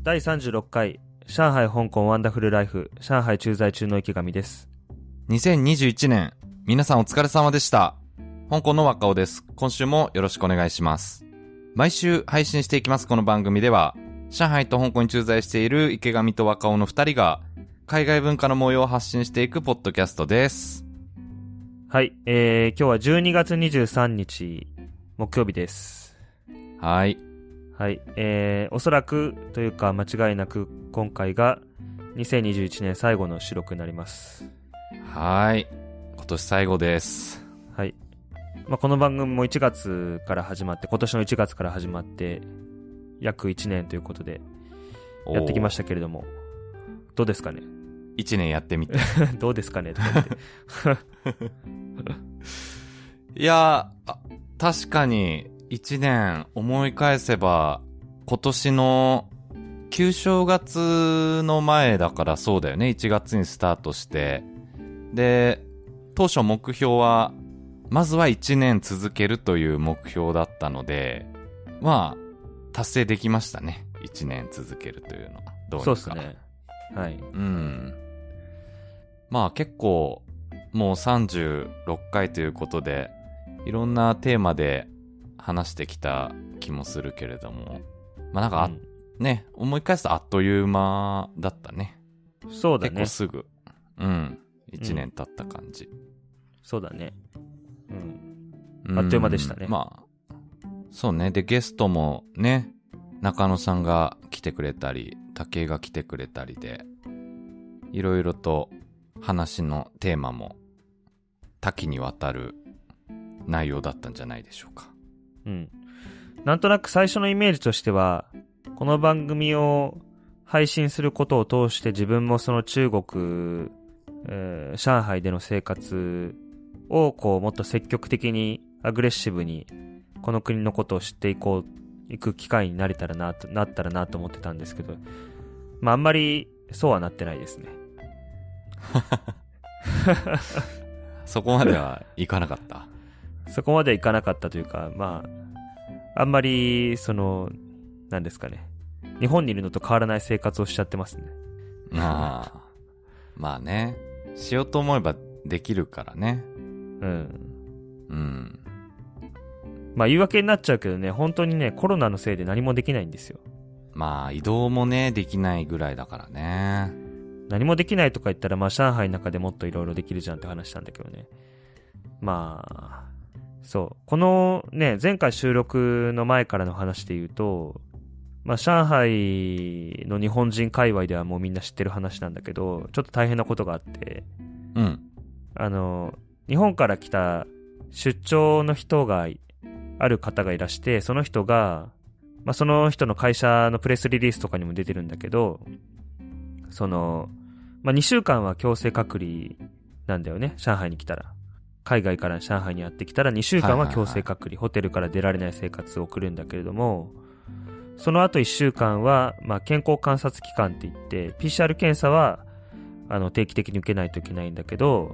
第36回上海香港ワンダフルライフ上海駐在中の池上です。 2021年皆さんお疲れ様でした。香港の若尾です。今週もよろしくお願いします。毎週配信していきますこの番組では、上海と香港に駐在している池上と若尾の2人が海外文化の模様を発信していくポッドキャストです。 はい、今日は12月23日木曜日です。 はい、 おそらくというか間違いなく今回が2021年最後の収録になります。 はい、今年最後です。 はい、この番組も1月から始まって、今年の1月から始まって約1年ということでやってきましたけれども、どうですかね。 1年やってみてどうですかねとか言っていや確かに1年思い返せば今年の旧正月の前だからそうだよね。1月にスタートしてで当初目標はまずは1年続けるという目標だったので、まあ達成できましたね。1年続けるというのはどうにか。 そうですね。はい。 まあ結構もう36回ということでいろんなテーマで話してきた気もするけれども、まあなんかね、思い返すとあっという間だったね。 そうだね。 結構すぐ1年経った感じ。 そうだね。あっという間でしたね。 まあそうね。でゲストもね、中野さんが来てくれたり武井が来てくれたりでいろいろと話のテーマも多岐にわたる内容だったんじゃないでしょうか。 なんとなく最初のイメージとしては、この番組を配信することを通して自分もその中国、上海での生活をこうもっと積極的にアグレッシブにこの国のことを知っていく機会になったらなと思ってたんですけど、あんまりそうはなってないですね。 そこまではいかなかった。 そこまではいかなかったというか、あんまりなんですかね、日本にいるのと変わらない生活をしちゃってますね。 まあね、しようと思えばできるからね。 言い訳になっちゃうけどね、本当にね、コロナのせいで何もできないんですよ。 移動もねできないぐらいだからね。 何もできないとか言ったら上海の中でもっといろいろできるじゃんって話なんだけどね。そうこのね、前回収録の前からの話で言うと、上海の日本人界隈ではもうみんな知ってる話なんだけど、ちょっと大変なことがあって、日本から来た出張の人がある方がいらして、その人が、その人の会社のプレスリリースとかにも出てるんだけど、2週間は強制隔離なんだよね。上海に来たら、海外から上海にやってきたら2週間は強制隔離、ホテルから出られない生活を送るんだけれども、その後1週間は、健康観察期間って言って PCR 検査は定期的に受けないといけないんだけど、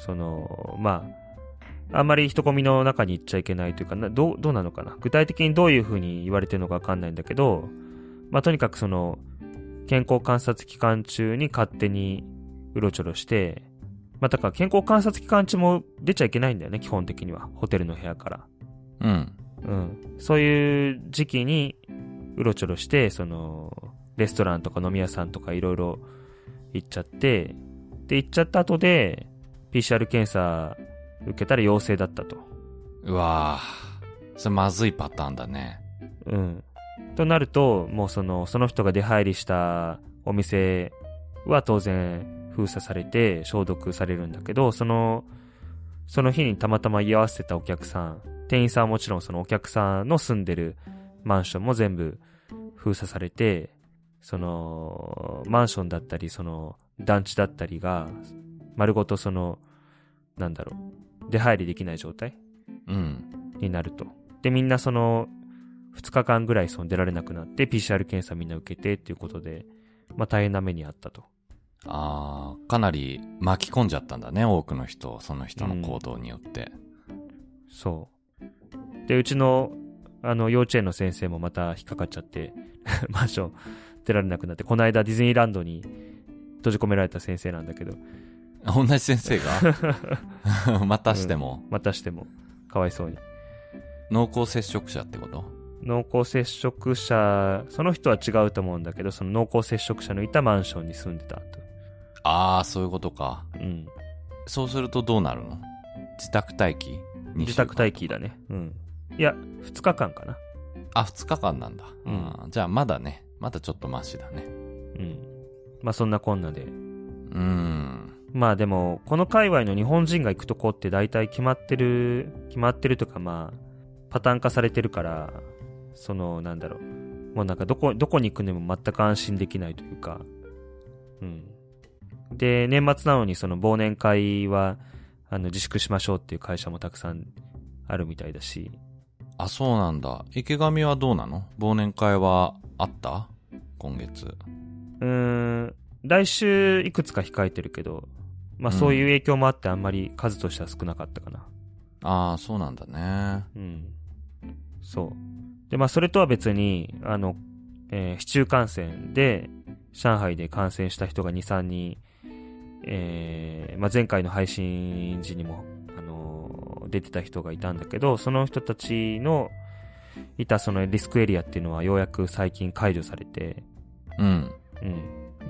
あんまり人混みの中に行っちゃいけないというか、どうなのかな、具体的にどういう風に言われてるのか分かんないんだけど、とにかく健康観察期間中に勝手にうろちょろして、だから健康観察期間中も出ちゃいけないんだよね、基本的にはホテルの部屋から。そういう時期にうろちょろして、レストランとか飲み屋さんとかいろいろ行っちゃって、で行っちゃった後で PCR 検査受けたら陽性だったと。 うわー、それまずいパターンだね。 となると、もうその人が出入りしたお店は当然封鎖されて消毒されるんだけど、その日にたまたま居合わせたお客さん、店員さんはもちろんそのお客さんの住んでるマンションも全部封鎖されて、マンションだったり団地だったりが丸ごと出入りできない状態、になると。でみんな2日間ぐらい出られなくなって PCR 検査みんな受けてっていうことで、大変な目にあったと。 かなり巻き込んじゃったんだね、多くの人、その人の行動によって。 そうで、うちの幼稚園の先生もまた引っかかっちゃってマンションってられなくなって、この間ディズニーランドに閉じ込められた先生なんだけど。 同じ先生がまたしても、 またしても、かわいそうに。 濃厚接触者ってこと？ 濃厚接触者、その人は違うと思うんだけど、その濃厚接触者のいたマンションに住んでたと。 ああ、そういうことか。 うん。 そうするとどうなるの？自宅待機？ 自宅待機だね。うん。いや、2日間かな。 あ、2日間なんだ。 うん。 じゃあまだね、まだちょっとマシだね。 うん。まあそんなこんなで。 まあでも、この界隈の日本人が行くとこって大体決まってるとか、まあ、パターン化されてるから、その、なんだろう。もうなんかどこに行くのも全く安心できないというか。うん。で、年末なのにその忘年会は、自粛しましょうっていう会社もたくさんあるみたいだし。 あ、そうなんだ。池上はどうなの？忘年会はあった？今月。 来週いくつか控えてるけど、まあそういう影響もあってあんまり数としては少なかったかな。 ああ、そうなんだね。 うん。そう。で、まあそれとは別に、市中感染で、上海で感染した人が2、3人、まあ前回の配信時にも、出てた人がいたんだけど、その人たちのいたそのリスクエリアっていうのはようやく最近解除されて、 うん。 うん。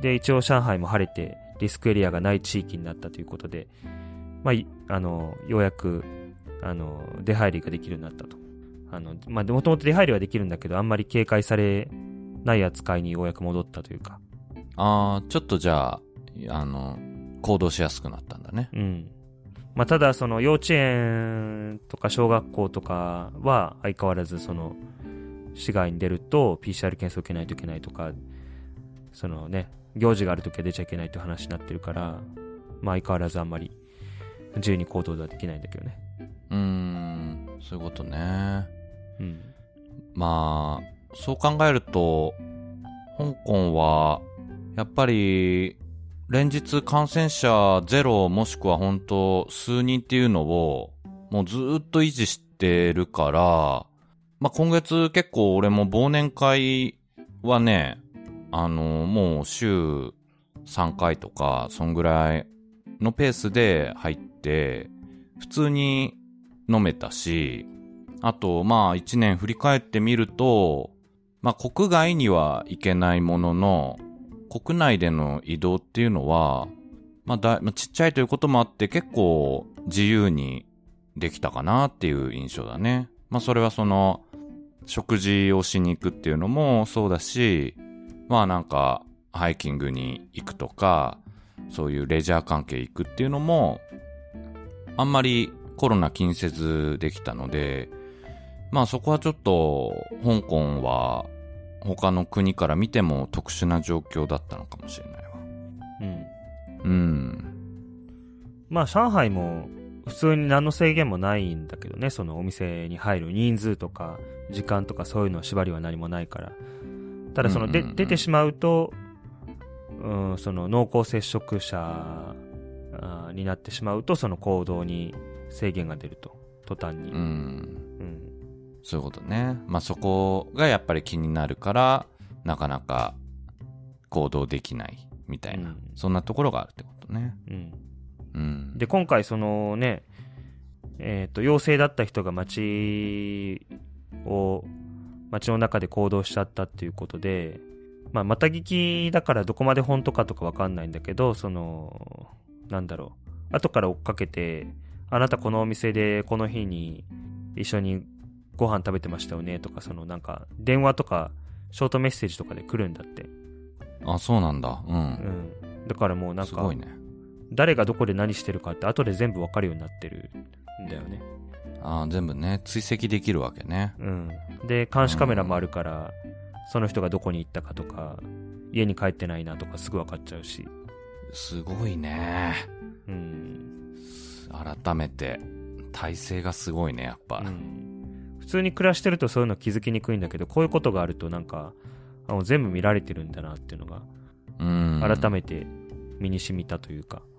で、一応上海も晴れてリスクエリアがない地域になったということで、まあ、ようやく、出入りができるようになったと。まあ、もともと出入りはできるんだけど、あんまり警戒されない扱いにようやく戻ったというか。 ああ、ちょっとじゃあ、行動しやすくなったんだね。 うん。まあ、ただ、その幼稚園とか小学校とかは相変わらずその市外に出ると PCR 検査を受けないといけないとか、そのね、行事があるときは出ちゃいけないという話になってるから、まあ相変わらずあんまり自由に行動はできないんだけどね。 そういうことね。 うん。 まあ、そう考えると、香港は、やっぱり、連日感染者ゼロもしくは本当数人っていうのをもうずーっと維持してるから、まあ、今月結構俺も忘年会はね、もう週3回とかそんぐらいのペースで入って普通に飲めたし、あとまあ1年振り返ってみると、まあ国外には行けないものの国内での移動っていうのは、まあちっちゃいということもあって結構自由にできたかなっていう印象だね。まあそれはその食事をしに行くっていうのもそうだし、まあなんかハイキングに行くとか、そういうレジャー関係行くっていうのもあんまりコロナ気にせずできたので、まあそこはちょっと香港は他の国から見ても特殊な状況だったのかもしれないわ。 まあ上海も普通に何の制限もないんだけどね、そのお店に入る人数とか時間とかそういうの縛りは何もないから。ただその出てしまうと、その濃厚接触者になってしまうとその行動に制限が出ると、途端に。 そういうことね。まあそこがやっぱり気になるからなかなか行動できないみたいな、そんなところがあるってことね。 で今回そのね、陽性だった人が街の中で行動しちゃったっていうことで、まあまた聞きだからどこまで本当かとかわかんないんだけど、そのなんだろう、後から追っかけて、あなたこのお店でこの日に一緒にご飯食べてましたよねとか、そのなんか電話とかショートメッセージとかで来るんだって。 あ、そうなんだ。 だからもうなんかすごいね。 誰がどこで何してるかって後で全部わかるようになってるんだよね。 全部ね追跡できるわけね。 で監視カメラもあるから、その人がどこに行ったかとか家に帰ってないなとかすぐわかっちゃうし。 すごいね。改めて体制がすごいね、やっぱ。 普通に暮らしてるとそういうの気づきにくいんだけど、こういうことがあるとなんか全部見られてるんだなっていうのが改めて身に染みたというか。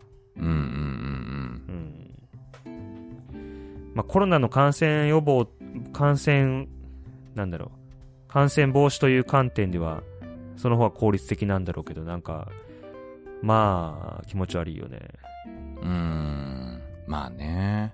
まあコロナの感染防止という観点ではその方が効率的なんだろうけど、なんか、まあ、気持ち悪いよね。 まあね。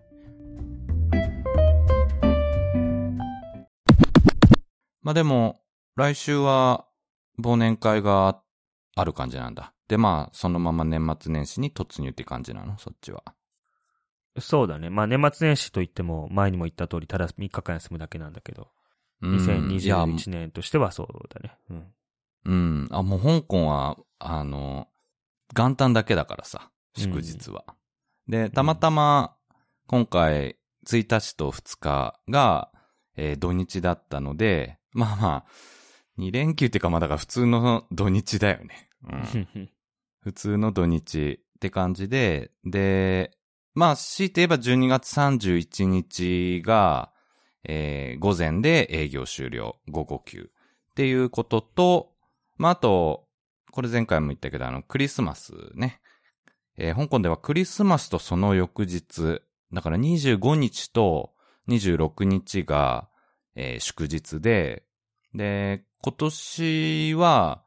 まあでも、来週は忘年会がある感じなんだ。で、まあ、そのまま年末年始に突入って感じなの、そっちは。 そうだね。まあ年末年始といっても、前にも言った通り、ただ3日間休むだけなんだけど、2021年としてはそうだね。 もう香港は、元旦だけだからさ、祝日は。で、たまたま、今回、1日と2日が、土日だったので、まあまあ、2連休っていうか、まあだから普通の土日だよね。普通の土日って感じで、で、まあ、強いて言えば12月31日が、午前で営業終了、午後休っていうことと、まあ、あと、これ前回も言ったけど、クリスマスね。香港ではクリスマスとその翌日、だから25日と26日が、祝日で、で、今年は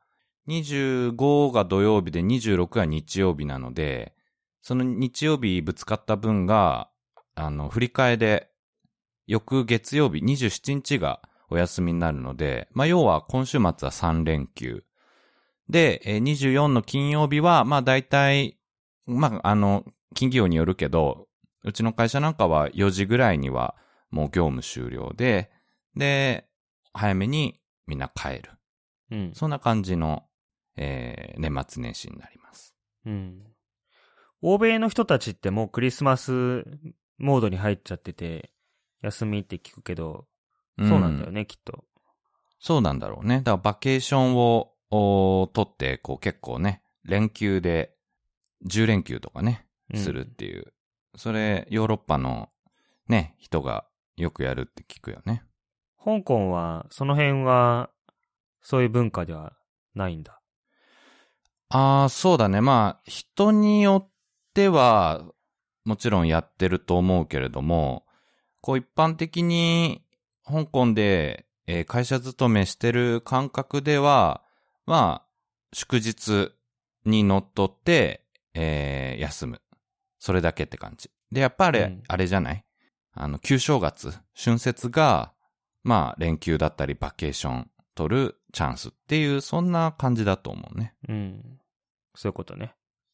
25が土曜日で26が日曜日なので、その日曜日ぶつかった分が、振り替えで、翌月曜日27日がお休みになるので、まあ、要は今週末は3連休。で、24の金曜日は、まあ、大体、まあ、企業によるけど、うちの会社なんかは4時ぐらいにはもう業務終了で、で、早めにみんな帰る。そんな感じの、年末年始になります。 欧米の人たちってもうクリスマスモードに入っちゃってて、休みって聞くけど、そうなんだよね、きっと。 そうなんだろうね。だからバケーションを取って、こう結構ね、連休で、10連休とかね、するっていう。それ、ヨーロッパのね、人がよくやるって聞くよね。 香港は、その辺は、そういう文化ではないんだ。 そうだね。まあ、人によっては、もちろんやってると思うけれども、こう一般的に香港で、会社勤めしてる感覚では、まあ、祝日にのっとって、休む。それだけって感じ。で、やっぱり、あれじゃない？旧正月、春節が、まあ、連休だったり、バケーション取るチャンスっていう、そんな感じだと思うね。 そういうことね。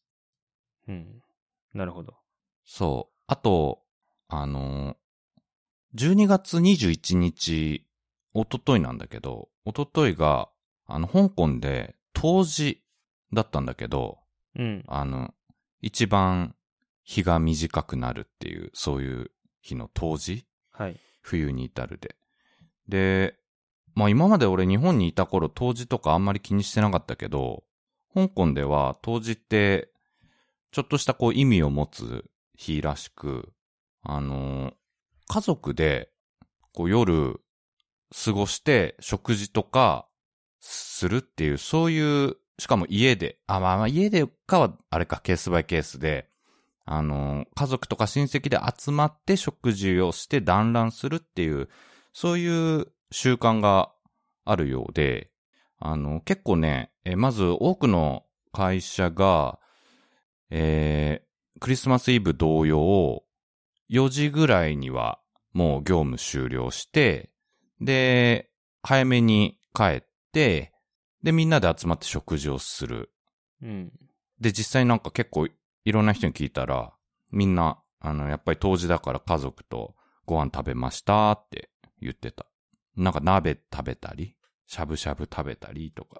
なるほど。 そう。あと、12月21日、一昨日なんだけど、一昨日が、香港で冬至だったんだけど、一番日が短くなるっていう、そういう日の冬至？ はい。 冬に至るで。で、まあ今まで俺日本にいた頃冬至とかあんまり気にしてなかったけど、香港では冬至って、ちょっとしたこう意味を持つ日らしく、家族でこう夜過ごして食事とかするっていう、そういう、しかも家で、まあ家でかはあれかケースバイケースで、家族とか親戚で集まって食事をして団らんするっていう、そういう習慣があるようで、結構ね、まず多くの会社が、クリスマスイブ同様、4時ぐらいにはもう業務終了して、で、早めに帰って、で、みんなで集まって食事をする。で、実際なんか結構いろんな人に聞いたら、みんな、やっぱり冬至だから家族とご飯食べましたって言ってた。なんか鍋食べたり、しゃぶしゃぶ食べたりとか。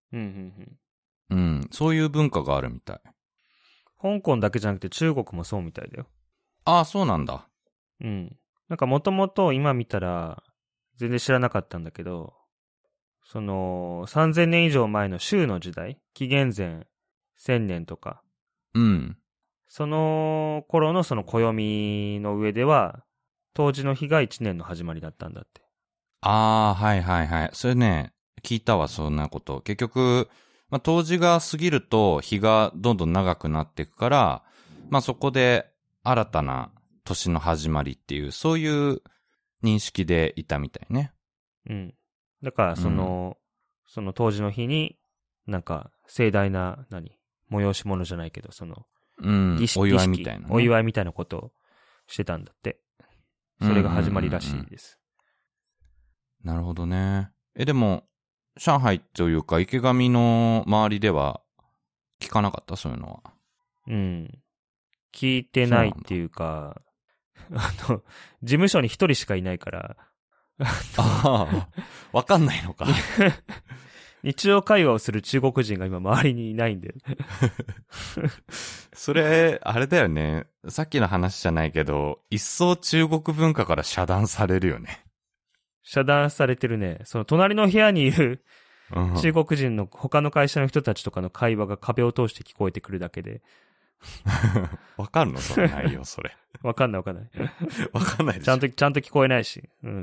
そういう文化があるみたい。 香港だけじゃなくて中国もそうみたいだよ。 そうなんだ。 なんかもともと今見たら、全然知らなかったんだけど、その、3000年以上前の周の時代、紀元前1000年とか、その頃のその暦の上では、冬至の日が1年の始まりだったんだって。 はいはいはい。それね、聞いたわ、そんなこと。結局、まあ、冬至が過ぎると日がどんどん長くなっていくから、まあそこで新たな年の始まりっていう、そういう認識でいたみたいね。 だからその冬至の日になんか盛大な、催し物じゃないけど、その、 うん。お祝いみたいな、ね。 お祝いみたいなことをしてたんだって。それが始まりらしいです。 なるほどね。でも、上海というか池上の周りでは聞かなかったそういうのは。 うん。聞いてないっていうか、事務所に一人しかいないから。 ああ、わかんないのか。 日常会話をする中国人が今周りにいないんで。 それ、あれだよね。さっきの話じゃないけど、一層中国文化から遮断されるよね。 遮断されてるね。その隣の部屋にいる中国人の他の会社の人たちとかの会話が壁を通して聞こえてくるだけで。 わかるのその内容、それ。 わかんないわかんない。 わかんないでしょ。ちゃんと聞こえないし。うん。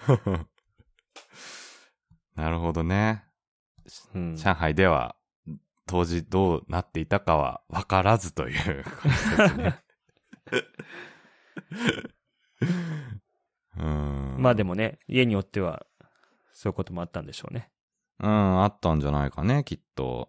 なるほどね。 うん、 上海では当時どうなっていたかは分からずという感じですね。 まあでもね、家によってはそういうこともあったんでしょうね。 あったんじゃないかね、きっと。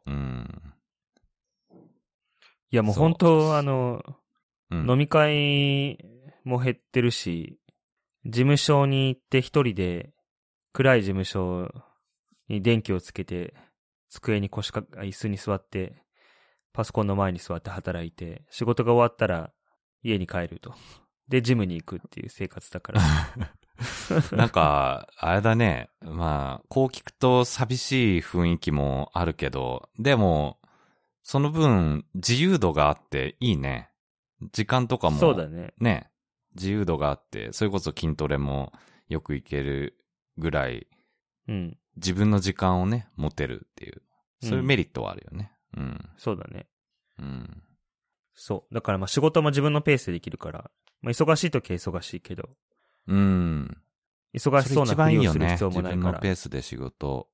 いやもう本当飲み会も減ってるし、事務所に行って一人で暗い事務所に電気をつけて、机に椅子に座って、パソコンの前に座って働いて、仕事が終わったら家に帰ると。で、ジムに行くっていう生活だから。 なんか、あれだね。まあ、こう聞くと寂しい雰囲気もあるけど、でも、その分、自由度があっていいね。時間とかも、 そうだね。 ね、自由度があって、それこそ筋トレもよく行けるぐらい、自分の時間をね、持てるっていう、そういうメリットはあるよね。 そうだね。そう。だからまあ仕事も自分のペースでできるから、まあ忙しい時は忙しいけど、忙しそうなふりをする必要もないから。 自分のペースで仕事。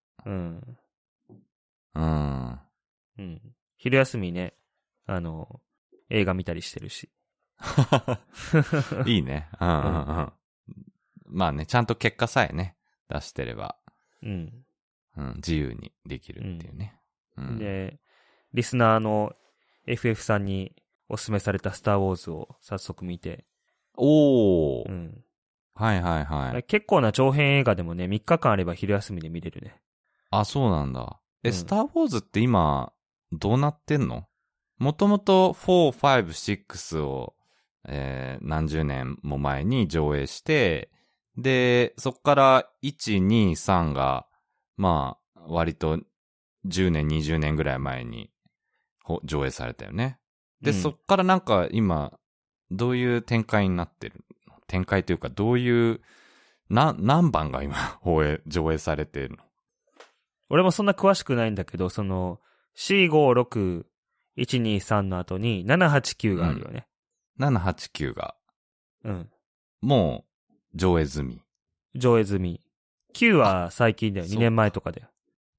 昼休みね、映画見たりしてるし。 いいね。まあね、ちゃんと結果さえね、出してれば、自由にできるっていうね。 で、リスナーの FF さんにおすすめされたスターウォーズを早速見て。 おー。はいはいはい。 結構な長編映画でもね、3日間あれば昼休みで見れるね。 あ、そうなんだ。スターウォーズって今、どうなってんの？もともと4、5、6を、何十年も前に上映して、で、そっから1、2、3が、まあ、割と10年、20年ぐらい前に上映されたよね。で、そっからなんか今、どういう展開になってる？展開というか、どういう、何番が今、上映されてるの？ 俺もそんな詳しくないんだけど、その、4、5、6、1、2、3の後に、7、8、9があるよね。 7、8、9が。もう、上映済み。 上映済み。9は最近だよ。2年前とかだよ。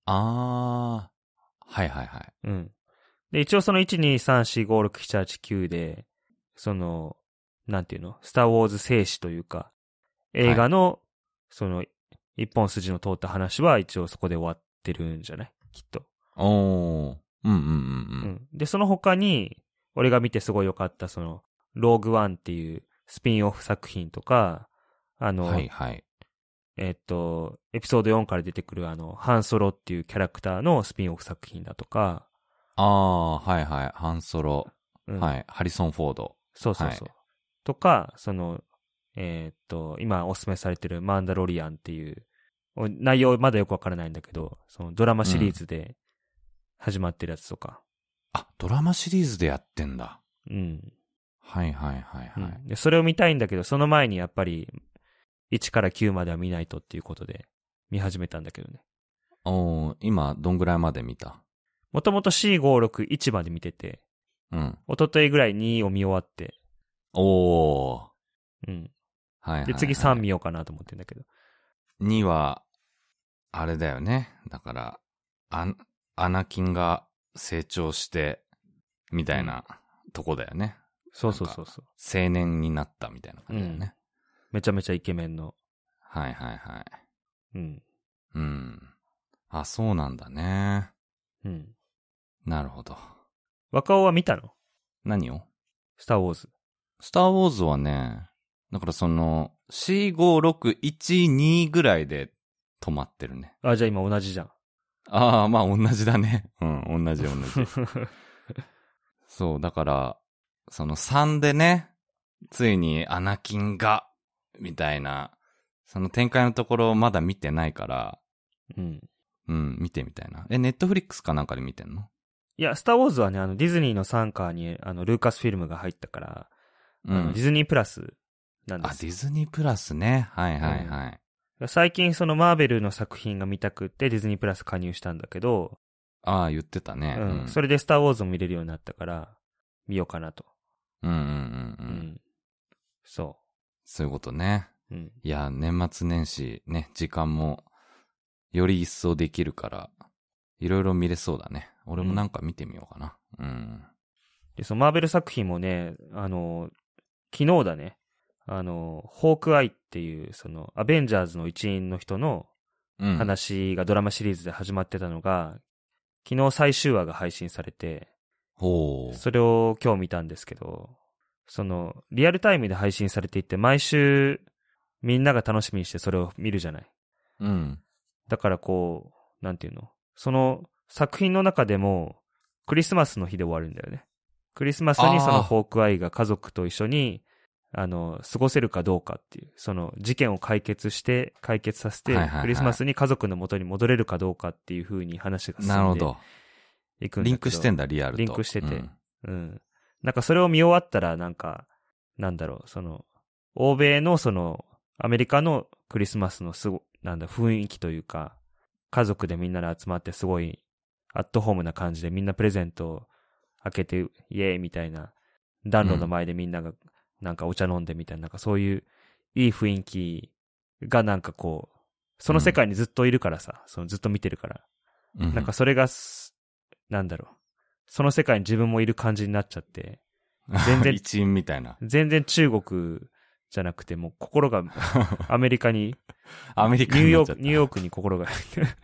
はいはいはい。 で、一応その1、2、3、4、5、6、7、8、9で、その、なんていうの？スターウォーズ静止というか、映画の、その、一本筋の通った話は一応そこで終わってるんじゃない？きっと。で、その他に、俺が見てすごい良かった、その、ローグワンっていうスピンオフ作品とか、エピソード4から出てくるハンソロっていうキャラクターのスピンオフ作品だとか。 はいはい。ハンソロ。はい。ハリソン・フォード。 そう。とか、その、今おすすめされてるマンダロリアンっていう、内容まだよくわからないんだけど、そのドラマシリーズで始まってるやつとか。 ドラマシリーズでやってんだ。はい。 で、それを見たいんだけど、その前にやっぱり、1から9までは見ないとっていうことで、見始めたんだけどね。 今、どんぐらいまで見た？ もともと 4、5、6、1まで見てて、一昨日ぐらい2を見終わって。で、次3見ようかなと思ってんだけど。 2は、あれだよね。だから、アナキンが成長して、みたいなとこだよね。 そう。 青年になったみたいな感じだよね。 めちゃめちゃイケメンの。 はい。そうなんだね。 うん。 なるほど。 若尾は見たの？ 何を？ スターウォーズ。 スターウォーズはね、だからその、4、5、6、1、2ぐらいで止まってるね。 あ、じゃあ今同じじゃん。 ああ、まあ同じだね。うん、同じ。そう、だから、その3でね、ついにアナキンが、みたいな、その展開のところまだ見てないから、 うん。 見てみたいな。ネットフリックスかなんかで見てんの？ いや、スターウォーズはね、ディズニーの傘下に、ルーカスフィルムが入ったから、ディズニープラスなんですよ。 ディズニープラスね。はいはいはい。 最近そのマーベルの作品が見たくってディズニープラス加入したんだけど、 ああ、言ってたね。 それでスターウォーズも見れるようになったから、見ようかなと。そう。 そういうことね。いや、年末年始ね、時間もより一層できるから、いろいろ見れそうだね。俺もなんか見てみようかな。 で、そのマーベル作品もね、昨日だね、ホークアイっていう、その、アベンジャーズの一員の人の話がドラマシリーズで始まってたのが、昨日最終話が配信されて、それを今日見たんですけど、その、リアルタイムで配信されていて、毎週みんなが楽しみにしてそれを見るじゃない。だからこう、なんていうの、その作品の中でもクリスマスの日で終わるんだよね。クリスマスにそのホークアイが家族と一緒に過ごせるかどうかっていう、その事件を解決させて、クリスマスに家族の元に戻れるかどうかっていう風に話が進んでいくんだけど。なるほど。 リンクしてんだ、リアルと。 リンクしてて。なんかそれを見終わったら、なんか、なんだろう、その、欧米のその、アメリカのクリスマスの雰囲気というか、家族でみんなで集まってすごい、アットホームな感じでみんなプレゼントを開けて、イエーイみたいな、暖炉の前でみんながなんかお茶飲んでみたいな、なんかそういういい雰囲気がなんかこう、その世界にずっといるからさ、そのずっと見てるから。なんかそれが、なんだろう。その世界に自分もいる感じになっちゃって、 全然、一員みたいな。 全然中国じゃなくて、もう心がアメリカに、 アメリカにニューヨークに心が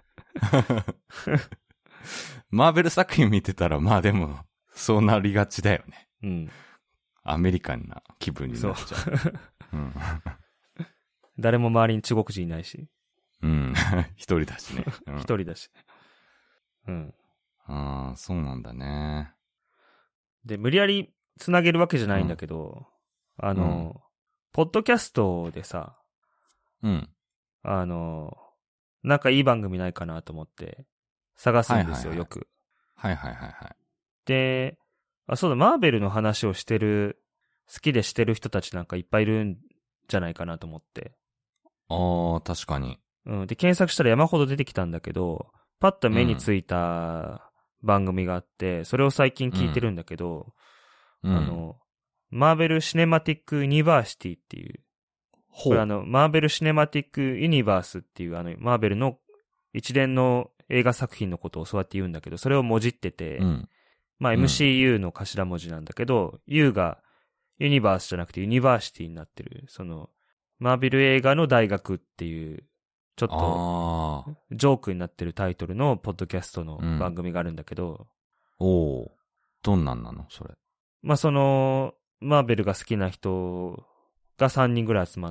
マーベル作品見てたら、まあでも、そうなりがちだよね。アメリカンな気分になっちゃう。 誰も周りに中国人いないし。 一人だしね。 一人だし。 ああ、そうなんだね。 で、無理やり繋げるわけじゃないんだけど、ポッドキャストでさ、なんかいい番組ないかなと思って探すんですよ、よく。で、そうだ、マーベルの話をしてる、好きでしてる人たちなんかいっぱいいるんじゃないかなと思って。 確かに。 で、検索したら山ほど出てきたんだけど、パッと目についた番組があって、それを最近聞いてるんだけど、マーベル・シネマティック・ユニバーシティっていう、これマーベル・シネマティック・ユニバースっていう、マーベルの一連の映画作品のことをそうやって言うんだけど、それをもじってて、まあ MCU の頭文字なんだけど、U がユニバースじゃなくてユニバーシティになってる、その、マーベル映画の大学っていう、ちょっと、ジョークになってるタイトルのポッドキャストの番組があるんだけど、 どんなんなのそれ。 まあその、マーベルが好きな人が3人ぐらい集まって、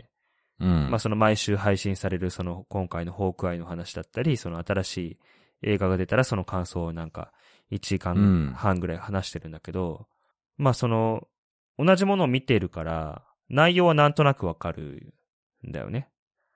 まあその毎週配信されるその今回のホークアイの話だったり、その新しい映画が出たらその感想をなんか1時間半ぐらい話してるんだけど、まあその、同じものを見ているから、内容はなんとなくわかるんだよね。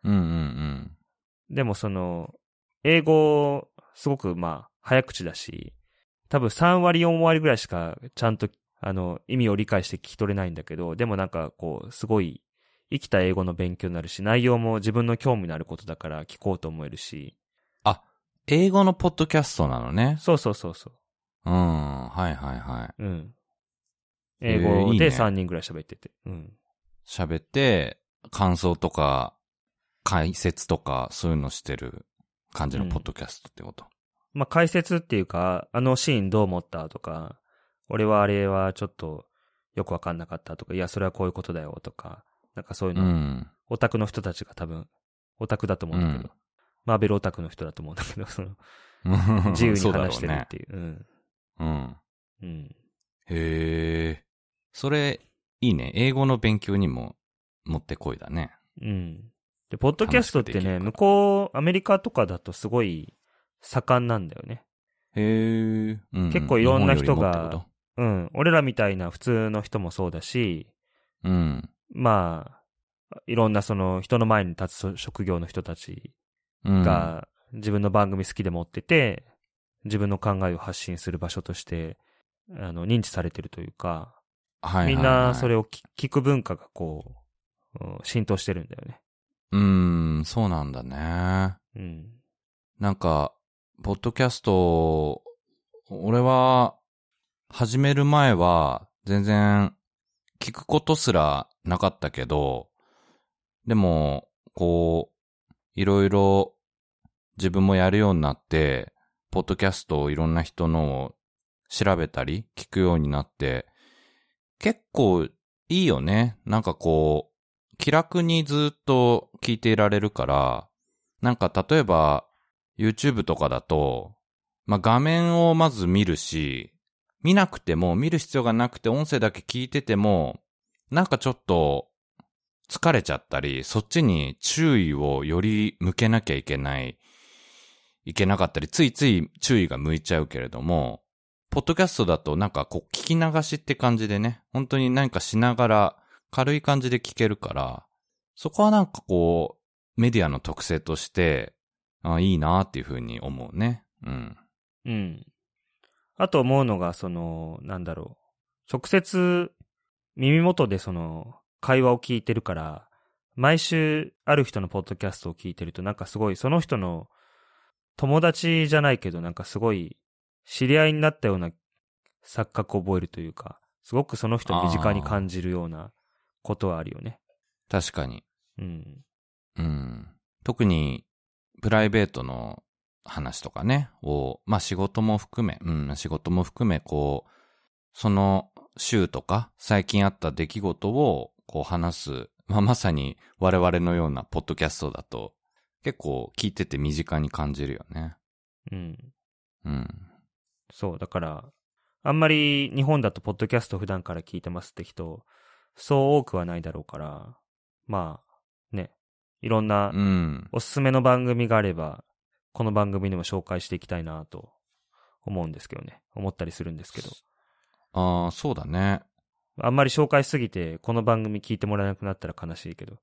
でもその、英語、すごくまあ、早口だし、多分3割4割ぐらいしかちゃんと意味を理解して聞き取れないんだけど、でもなんかこう、すごい生きた英語の勉強になるし、内容も自分の興味のあることだから聞こうと思えるし。 英語のポッドキャストなのね。 そう。 はい。 英語で3人ぐらい喋ってて。 喋って、感想とか、解説とか、そういうのしてる感じのポッドキャストってこと。 まあ、解説っていうか、あのシーンどう思ったとか、俺はあれはちょっとよくわかんなかったとか、いや、それはこういうことだよとか、なんかそういうの、オタクの人たちが多分、オタクだと思うんだけど、マーベルオタクの人だと思うんだけど、その、 自由に話してるっていう。 うん。 うん。 へえ。それ、いいね。英語の勉強にももってこいだね。 うん。で、ポッドキャストってね、向こう、アメリカとかだとすごい盛んなんだよね。 へえ。 結構いろんな人が、うん、俺らみたいな普通の人もそうだし、 うん。 まあ、いろんなその人の前に立つ職業の人たちが自分の番組好きで持ってて、自分の考えを発信する場所として、認知されてるというか、 はいはいはい、 みんなそれを聞く文化がこう、浸透してるんだよね。 そうなんだね。 うん。 なんか、ポッドキャスト、俺は、始める前は、全然、聞くことすらなかったけど、でも、こう、いろいろ自分もやるようになって、ポッドキャストをいろんな人のを調べたり聞くようになって、結構いいよね。なんかこう、気楽にずっと聞いていられるから、なんか例えば YouTube とかだと、画面をまず見るし、見なくても見る必要がなくて音声だけ聞いてても、なんかちょっと疲れちゃったり、そっちに注意をより向けなきゃいけなかったり、ついつい注意が向いちゃうけれども、ポッドキャストだとなんかこう聞き流しって感じでね、本当に何かしながら軽い感じで聞けるから、そこはなんかこうメディアの特性としていいなっていうふうに思うね。うん。 うん。あと思うのが、なんだろう。直接耳元で会話を聞いてるから、毎週ある人のポッドキャストを聞いてるとなんかすごいその人の友達じゃないけどなんかすごい知り合いになったような錯覚を覚えるというか、すごくその人を身近に感じるようなことはあるよね。 確かに。 うん。 うん。特にプライベートの話とかね、仕事も含め、こう、その週とか最近あった出来事をこう話す、まさに我々のようなポッドキャストだと結構聞いてて身近に感じるよね。 うん。 うん。 そう、だから、あんまり日本だとポッドキャスト普段から聞いてますって人、そう多くはないだろうから、まあ、ね、いろんなおすすめの番組があれば、この番組でも紹介していきたいなと思うんですけどね。思ったりするんですけど。 ああ、そうだね。 あんまり紹介しすぎて、この番組聞いてもらえなくなったら悲しいけど。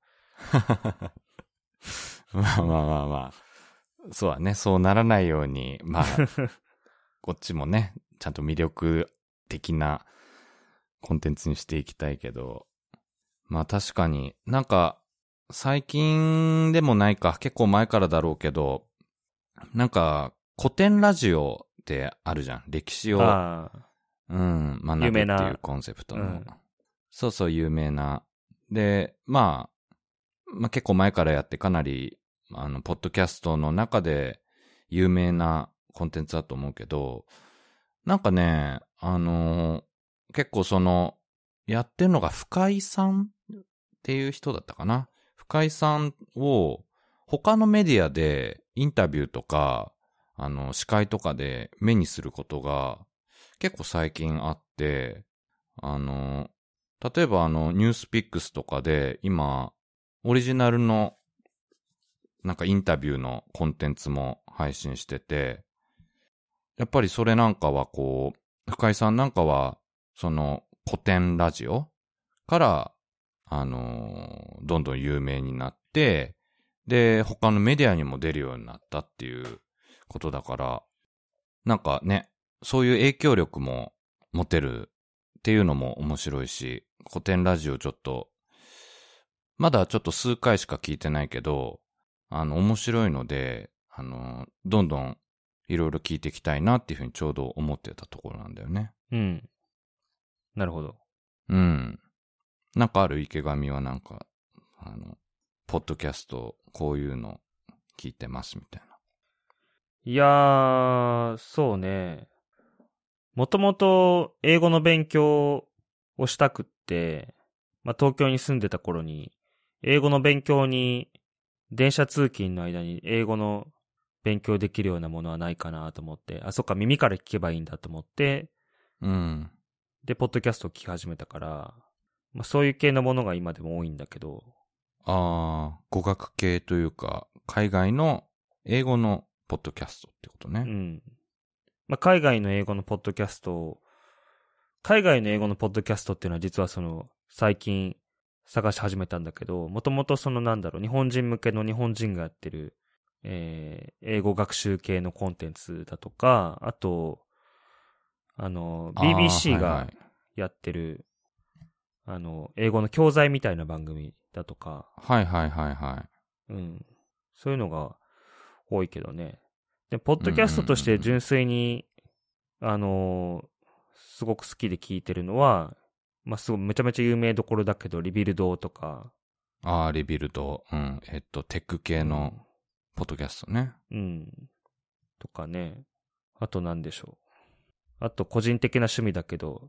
そうだね。そうならないように、こっちもね、ちゃんと魅力的なコンテンツにしていきたいけど、確かになんか最近でもないか、結構前からだろうけど、なんか古典ラジオってあるじゃん。歴史を、学ぶっていうコンセプトの。そうそう、有名な。で、結構前からやってかなり、ポッドキャストの中で有名なコンテンツだと思うけど、なんかね、結構やってるのが深井さんっていう人だったかな。深井さんを他のメディアでインタビューとか、司会とかで目にすることが結構最近あって、例えばニュースピックスとかで今、オリジナルのなんかインタビューのコンテンツも配信してて、やっぱりそれなんかはこう、深井さんなんかは、その古典ラジオから、どんどん有名になって、で、他のメディアにも出るようになったっていうことだから、なんかね、そういう影響力も持てるっていうのも面白いし、古典ラジオちょっと、まだちょっと数回しか聞いてないけど、面白いので、どんどんいろいろ聞いていきたいなっていうふうにちょうど思ってたところなんだよね。 うん。なるほど。 うん。なんかある池上はなんか、ポッドキャスト、こういうの聞いてますみたいな。 いやー、そうね。もともと英語の勉強をしたくって、東京に住んでた頃に、英語の勉強に、電車通勤の間に英語の勉強できるようなものはないかなと思って、あ、そっか、耳から聞けばいいんだと思って、 うん。 で、ポッドキャストを聞き始めたから、まあそういう系のものが今でも多いんだけど、 ああ、語学系というか、海外の英語のポッドキャストってことね。 うん。まあ海外の英語のポッドキャストっていうのは実は最近探し始めたんだけど、もともと日本人向けの日本人がやってる、英語学習系のコンテンツだとか、あと、BBC がやってる、英語の教材みたいな番組だとか、 はいはいはいはい。 うん。そういうのが多いけどね。で、ポッドキャストとして純粋に、すごく好きで聞いてるのは、まあ、すごいめちゃめちゃ有名どころだけど、リビルドとか。 ああ、リビルド。うん。テック系のポッドキャストね。 うん。とかね。あと何でしょう。あと個人的な趣味だけど、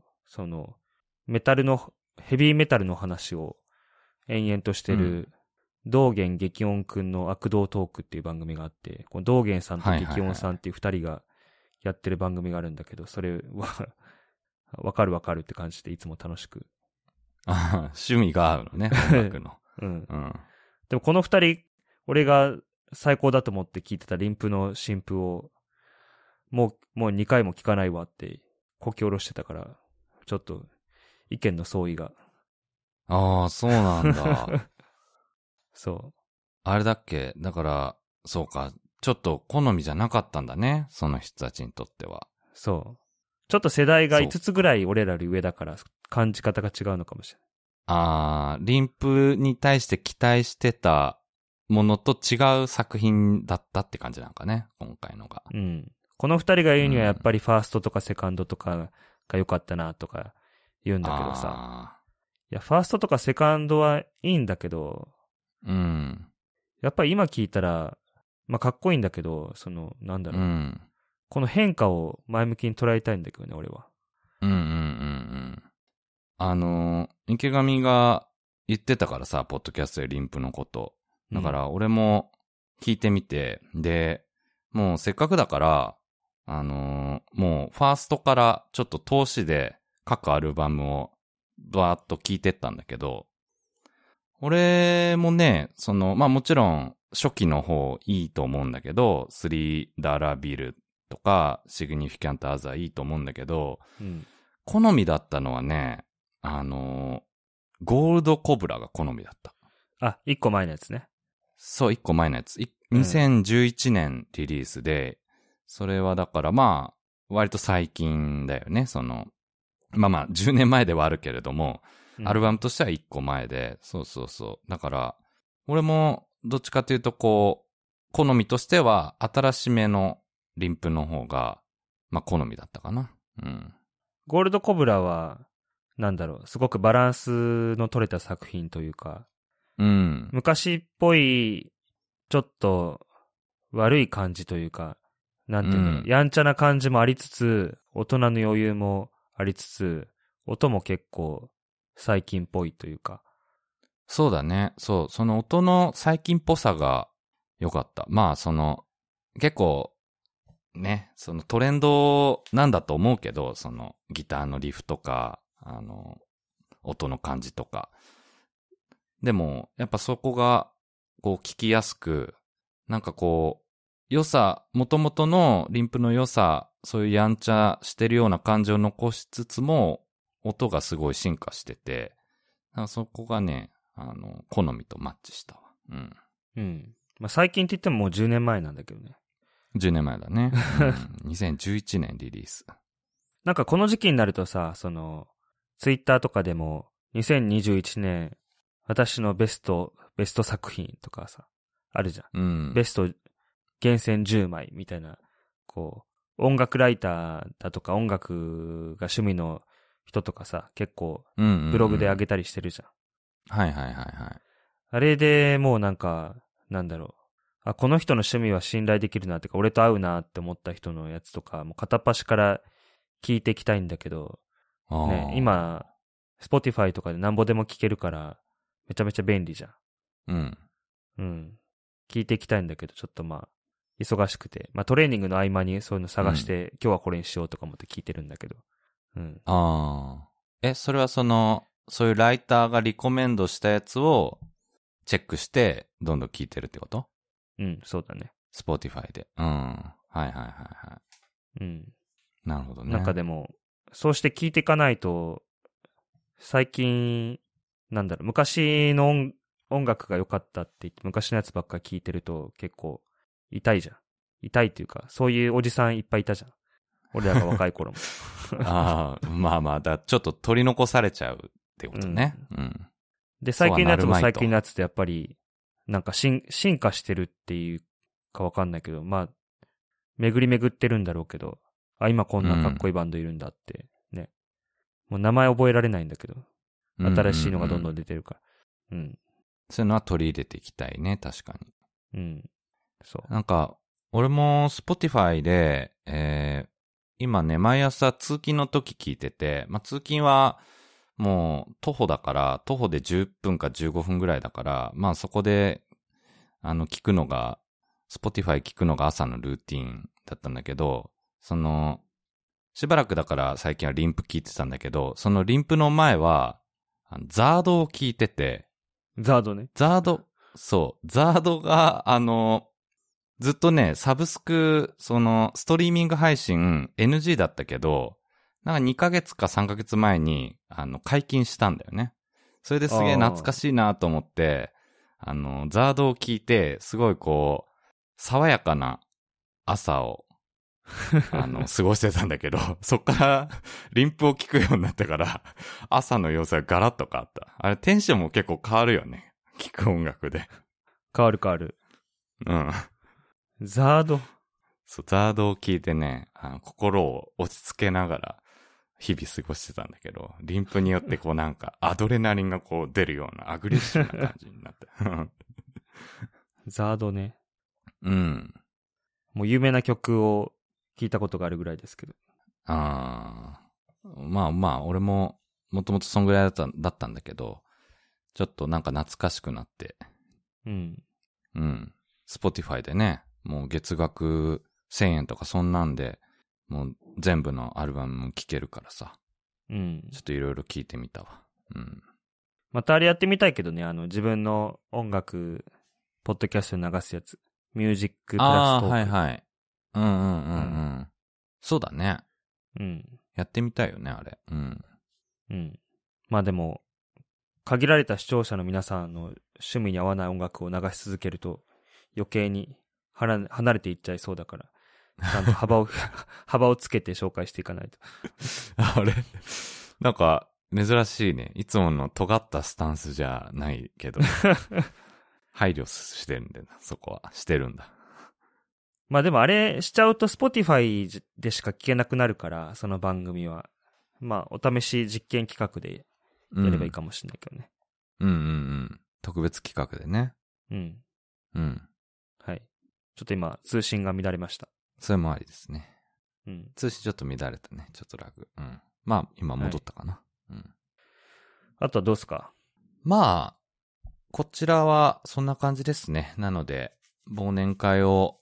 ヘビーメタルの話を延々としてる、道元激音くんの悪道トークっていう番組があって、この道元さんと激音さんっていう二人がやってる番組があるんだけど、それはわかるって感じでいつも楽しく。 ああ、趣味が合うのね、音楽の。 うん。でもこの二人、俺が最高だと思って聞いてたリンプの新譜を、もう2回も聞かないわってこき下ろしてたから、ちょっと意見の相違が。 ああ、そうなんだ。 そう。 あれだっけだから、そうか。ちょっと好みじゃなかったんだね。その人たちにとっては。 そう。ちょっと世代が5つぐらい俺らより上だから感じ方が違うのかもしれない。 ああ、リンプに対して期待してたものと違う作品だったって感じなんかね。今回のが。 うん。この二人が言うにはやっぱりファーストとかセカンドとかが良かったなとか言うんだけどさ。いや、ファーストとかセカンドはいいんだけど、 うん。 やっぱり今聞いたら、まあ、かっこいいんだけど、なんだろう。うん、この変化を前向きに捉えたいんだけどね、俺は。 池上が言ってたからさ、ポッドキャストでリンプのこと。だから俺も聞いてみて、で、もうせっかくだから、もうファーストからちょっと通しで各アルバムをバーッと聞いてったんだけど、俺もね、まあもちろん初期の方いいと思うんだけど、スリーダーラビルとかシグニフィキャントアザーいいと思うんだけど、好みだったのはね、ゴールドコブラが好みだった。 あ、一個前のやつね。 そう、一個前のやつ。2011年リリースで、それはだからまあ、割と最近だよね。まあまあ、10年前ではあるけれども、アルバムとしては一個前で、そうそうそう。だから、俺もどっちかというと好みとしては新しめのリンプの方が、まあ好みだったかな。うん。 ゴールドコブラは、すごくバランスの取れた作品というか、 うん。 昔っぽい、ちょっと悪い感じというか、なんていうの、やんちゃな感じもありつつ、大人の余裕もありつつ、音も結構最近っぽいというか。 そうだね。そう。その音の最近っぽさが良かった。まあ結構、ね、トレンドなんだと思うけど、ギターのリフとか、音の感じとか。でも、やっぱそこが、こう聞きやすく、なんかこう、良さ、元々のリンプの良さ、そういうやんちゃしてるような感じを残しつつも、音がすごい進化してて、そこがね、好みとマッチしたわ。うん。 うん。まあ、最近って言ってももう10年前なんだけどね。 10年前だね。うん、2011年リリース。 なんかこの時期になるとさ、ツイッターとかでも、2021年、私のベスト作品とかさ、あるじゃん。 うん。 ベスト厳選10枚みたいな、こう、音楽ライターだとか音楽が趣味の人とかさ、結構、ブログで上げたりしてるじゃん。 はいはいはいはい。 あれでもうなんか、あ、この人の趣味は信頼できるなってか、俺と合うなって思った人のやつとか、もう片っ端から聞いていきたいんだけど、ね、今、Spotify とかでなんぼでも聞けるから、めちゃめちゃ便利じゃん。 うん。 うん。聞いていきたいんだけど、ちょっとまあ、 忙しくて、まあトレーニングの合間にそういうの探して、今日はこれにしようとか思って聞いてるんだけど。うん。 ああ。それはそういうライターがリコメンドしたやつをチェックして、どんどん聞いてるってこと？ うん、そうだね。 Spotify で。うん。はいはいはいはうん。 い。なるほどね。 なんかでも、そうして聞いていかないと、最近、なんだろう、昔の音楽が良かったって言って、昔のやつばっか聞いてると結構痛いじゃん。痛いっていうか、そういうおじさんいっぱいいたじゃん。俺らが若い頃も。 ああ、まあまあ、ちょっと取り残されちゃうってことね。うん。 で、最近のやつも最近のやつってやっぱり、なんか進化してるっていうかわかんないけど、まあ、巡り巡ってるんだろうけど、あ、今こんなかっこいいバンドいるんだって、ね。もう名前覚えられないんだけど、新しいのがどんどん出てるから。うん。 そういうのは取り入れていきたいね、確かに。 うん。そう。 なんか、俺も Spotify で、今ね、毎朝通勤の時聞いてて、まあ、通勤はもう徒歩だから、徒歩で10分か15分ぐらいだから、まあそこで、聞くのが、Spotify 聞くのが朝のルーティンだったんだけど、しばらくだから最近はリンプ聞いてたんだけど、そのリンプの前は、ザードを聞いてて、 ザードね。 ザードが、ずっとね、サブスク、ストリーミング配信 NG だったけど、なんか2ヶ月か3ヶ月前に、解禁したんだよね。それですげえ懐かしいなと思って、ザードを聞いて、すごいこう、爽やかな朝を、過ごしてたんだけど、そっから、リンプを聞くようになってから、朝の様子がガラッと変わった。あれ、テンションも結構変わるよね。聞く音楽で。 変わる変わる。 うん。 ザード。 そう、ザードを聞いてね、心を落ち着けながら、日々過ごしてたんだけど、リンプによってこうなんか、アドレナリンがこう出るような、アグレッシブな感じになって。 ザードね。 うん。 もう有名な曲を聞いたことがあるぐらいですけど。 まあまあ、俺も、もともとそんぐらいだったんだけど、ちょっとなんか懐かしくなって。 うん。 うん。Spotify でね、もう月額1000円とかそんなんで、もう全部のアルバム聴けるからさ。 うん。 ちょっといろいろ聴いてみたわ。うん。 またあれやってみたいけどね、自分の音楽、ポッドキャストに流すやつ。ミュージックプラストーク。 はいはい。うんうんうんうん。そうだね。 うん。 やってみたいよね、あれ。うん。 うん。まあでも、限られた視聴者の皆さんの趣味に合わない音楽を流し続けると、余計に離れていっちゃいそうだから、ちゃんと幅をつけて紹介していかないと。 あれなんか、珍しいね。いつもの尖ったスタンスじゃないけど、配慮してるんだよな、そこは。してるんだ。 まあでもあれしちゃうと Spotify でしか聞けなくなるから、その番組は。まあお試し実験企画でやればいいかもしれないけどね。 うんうんうん。特別企画でね。 うん。 うん。 はい。ちょっと今、通信が乱れました。 それもありですね。 うん。 通信ちょっと乱れたね。ちょっとラグ。うん。まあ、今戻ったかな。はい、うん。 あとはどうすか？ まあ、こちらはそんな感じですね。なので、忘年会を、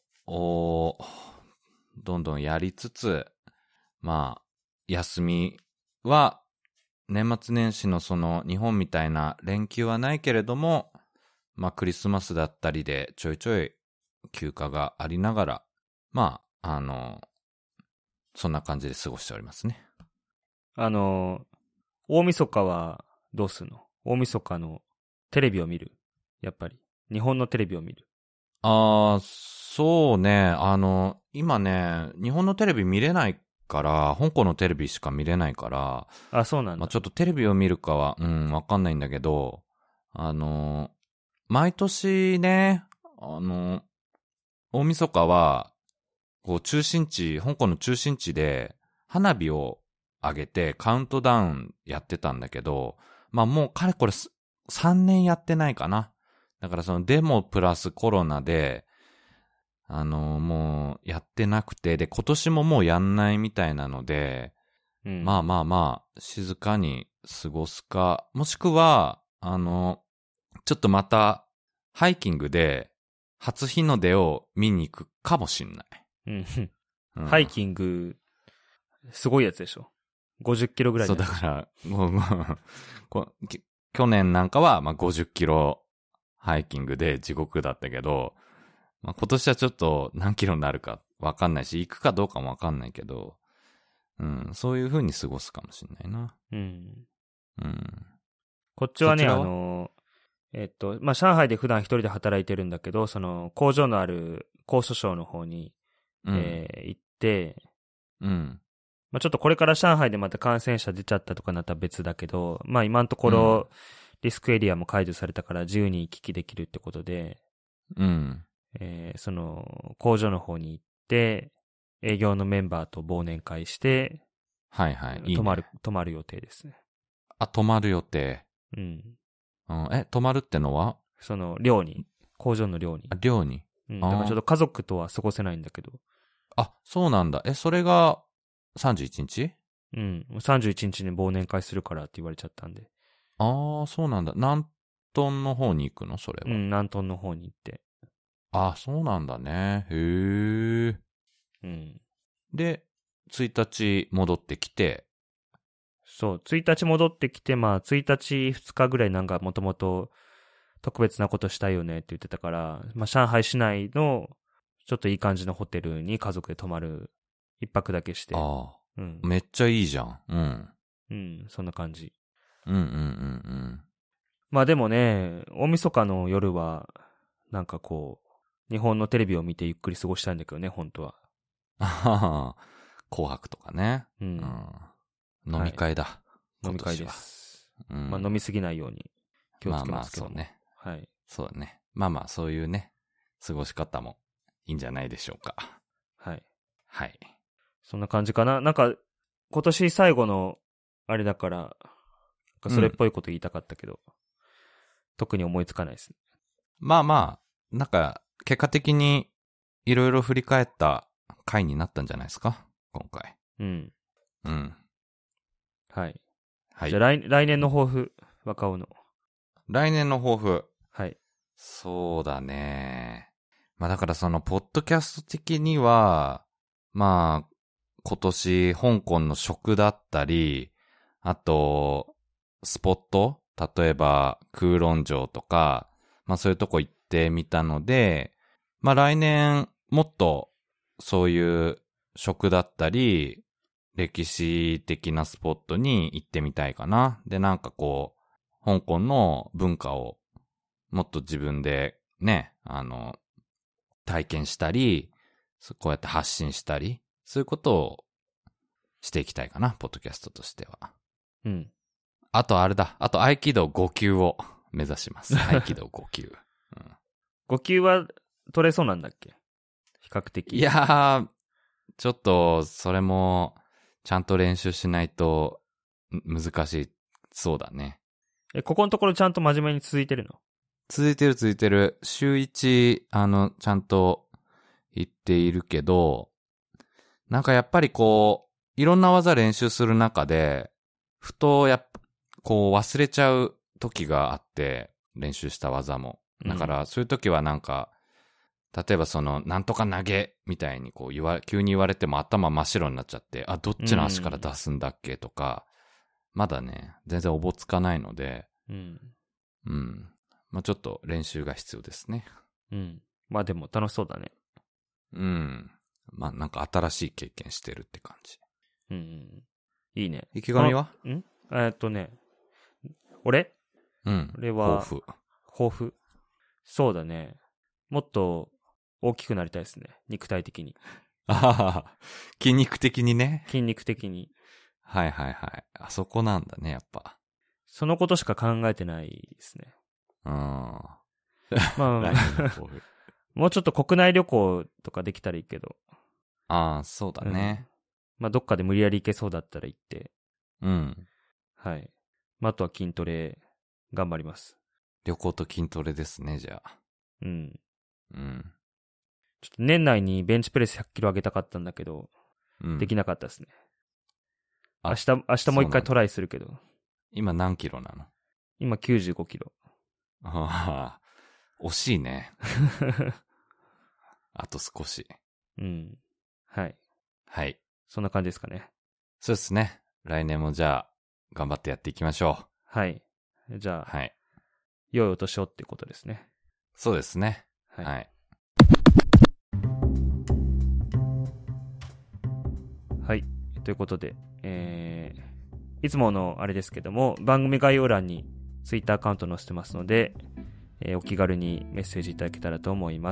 どんどんやりつつ、まあ、休みは、年末年始の日本みたいな連休はないけれども、まあクリスマスだったりでちょいちょい休暇がありながら、まあ、そんな感じで過ごしておりますね。 大晦日はどうするの？大晦日のテレビを見る？やっぱり。日本のテレビを見る？ そうね。今ね、日本のテレビ見れないから、香港のテレビしか見れないから、 あ、そうなんだ。 まあ、ちょっとテレビを見るかは、わかんないんだけど、毎年ね、大晦日は、こう、香港の中心地で、花火を上げてカウントダウンやってたんだけど、まあもうかれこれ3年やってないかな。だからデモプラスコロナで、もうやってなくて、で、今年ももうやんないみたいなので、うん、まあ、静かに過ごすか、もしくは、ちょっとまた、ハイキングで、 初日の出を見に行くかもしんない。 うん。 うん、 ハイキング、すごいやつでしょ。50キロぐらい。 そうだから、去年なんかはまあ50キロハイキングで地獄だったけど、まあ、今年はちょっと何キロになるかわかんないし、行くかどうかもわかんないけど、うん、そういう風に過ごすかもしんないな。 うん。 うん。 こっちはね、 はまあ、上海で普段一人で働いてるんだけど、その工場のある江蘇省の方に、行って、 うん。 まあ、ちょっとこれから上海でまた感染者出ちゃったとかなったら別だけど、まあ今のところ、リスクエリアも解除されたから自由に行き来できるってことで、 うん。 その工場の方に行って、営業のメンバーと忘年会して、 はいはい。いいね。 泊まる予定ですね。 あ、泊まる予定。 うん。 うん、泊まるってのはその寮に、工場の寮に。 寮に。 うん。だからちょっと家族とは過ごせないんだけど。 あ、そうなんだ。それが31日？ うん。31日に忘年会するからって言われちゃったんで。 ああ、そうなんだ。南東の方に行くのそれは。 うん、南東の方に行って。 あ、そうなんだね。へえ。 うん。 で、1日戻ってきて。 そう、1日戻ってきて、まあ、1日2日ぐらいなんかもともと特別なことしたいよねって言ってたから、まあ、上海市内のちょっといい感じのホテルに家族で泊まる一泊だけして。 ああ。 うん。 めっちゃいいじゃん。うん。 うん、そんな感じ。 うんうんうんうん。 まあでもね、大晦日の夜は、なんかこう、日本のテレビを見てゆっくり過ごしたいんだけどね、本当は。 ああ、紅白とかね。 うん。 飲み会だ。 はい、飲み会です。 うん、 まあ飲みすぎないように気をつけますけども。 まあまあそうね。 はい。 そうだね。まあまあそういうね、過ごし方もいいんじゃないでしょうか。 はい。 はい。 そんな感じかな。なんか、今年最後の、あれだから、それっぽいこと言いたかったけど、特に思いつかないですね。 まあまあ、なんか、結果的にいろいろ振り返った回になったんじゃないですか今回。 うん。 うん。 はい。 はい。 じゃあ来年の抱負、若尾の。 来年の抱負。 はい。 そうだね。まあだからその、ポッドキャスト的には、まあ、今年、香港の食だったり、あと、スポット例えば、空論城とか、まあそういうとこ行ってみたので、まあ来年、もっと、そういう食だったり、歴史的なスポットに行ってみたいかな。で、なんかこう、香港の文化をもっと自分でね、体験したり、こうやって発信したり、そういうことをしていきたいかな、ポッドキャストとしては。 うん。 あとあれだ、あと合気道5級を目指します。合気道5級。うん、 5級は取れそうなんだっけ？比較的。 いやー、ちょっと、それも、ちゃんと練習しないと、難しい。そうだね。 ここのところちゃんと真面目に続いてるの？ 続いてる。週1、ちゃんと言っているけど、なんかやっぱりこう、いろんな技練習する中で、ふとこう忘れちゃう時があって、練習した技も。だからそういう時はなんか、例えばその、なんとか投げみたいにこう急に言われても頭真っ白になっちゃって、あ、どっちの足から出すんだっけとか、まだね、全然おぼつかないので、うん。まあちょっと練習が必要ですね。 うん。まあでも楽しそうだね。 うん。まあなんか新しい経験してるって感じ。 うん。いいね。 池上は？ 俺？ うん。 俺は、抱負。そうだね。もっと大きくなりたいですね。肉体的に。 ああ、筋肉的にね。 筋肉的に。 はいはいはい。あそこなんだね、やっぱ。 そのことしか考えてないですね。 まあ、もうちょっと国内旅行とかできたらいいけど。 ああ、そうだね。 まあ、どっかで無理やり行けそうだったら行って。 うん。 はい。まあ、あとは筋トレ、頑張ります。 旅行と筋トレですね、じゃあ。 うん。 うん。 ちょっと年内にベンチプレス100キロ上げたかったんだけど、できなかったですね。明日もう一回トライするけど。 今何キロなの？ 今95キロ。 ああ、惜しいね。 あと少し。 うん。はい。 はい。 そんな感じですかね。 そうですね。来年もじゃあ、頑張ってやっていきましょう。 はい。じゃあ、 はい。 良いお年をっていうことですね。 そうですね。 はい。 はい。 はい。ということで、いつものあれですけども、番組概要欄に Twitter アカウント載せてますので、お気軽にメッセージいただけたらと思います。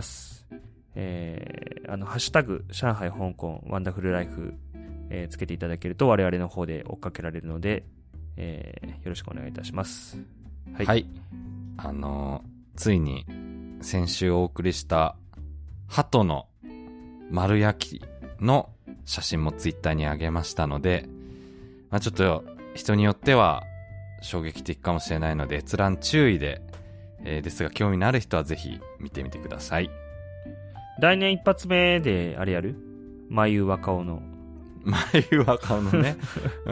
ハッシュタグ、上海、香港、ワンダフルライフ、つけていただけると我々の方で追っかけられるので、よろしくお願いいたします。はい。 はい。ついに、先週お送りした、鳩の丸焼きの写真もツイッターに上げましたので、まあちょっと人によっては衝撃的かもしれないので閲覧注意で、ですが興味のある人はぜひ見てみてください。 来年一発目であれやる？眉若尾の。 眉若尾のね。うん。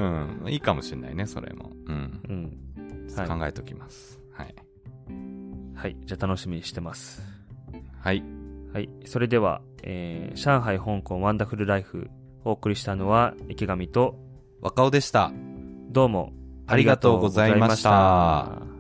いいかもしれないね、それも。うん。 はい、 考えときます。はい。 はい。じゃあ楽しみにしてます。 はい。 はい。それでは、上海、香港、ワンダフルライフ、お送りしたのは、池上と、 若尾でした。 どうもありがとうございました。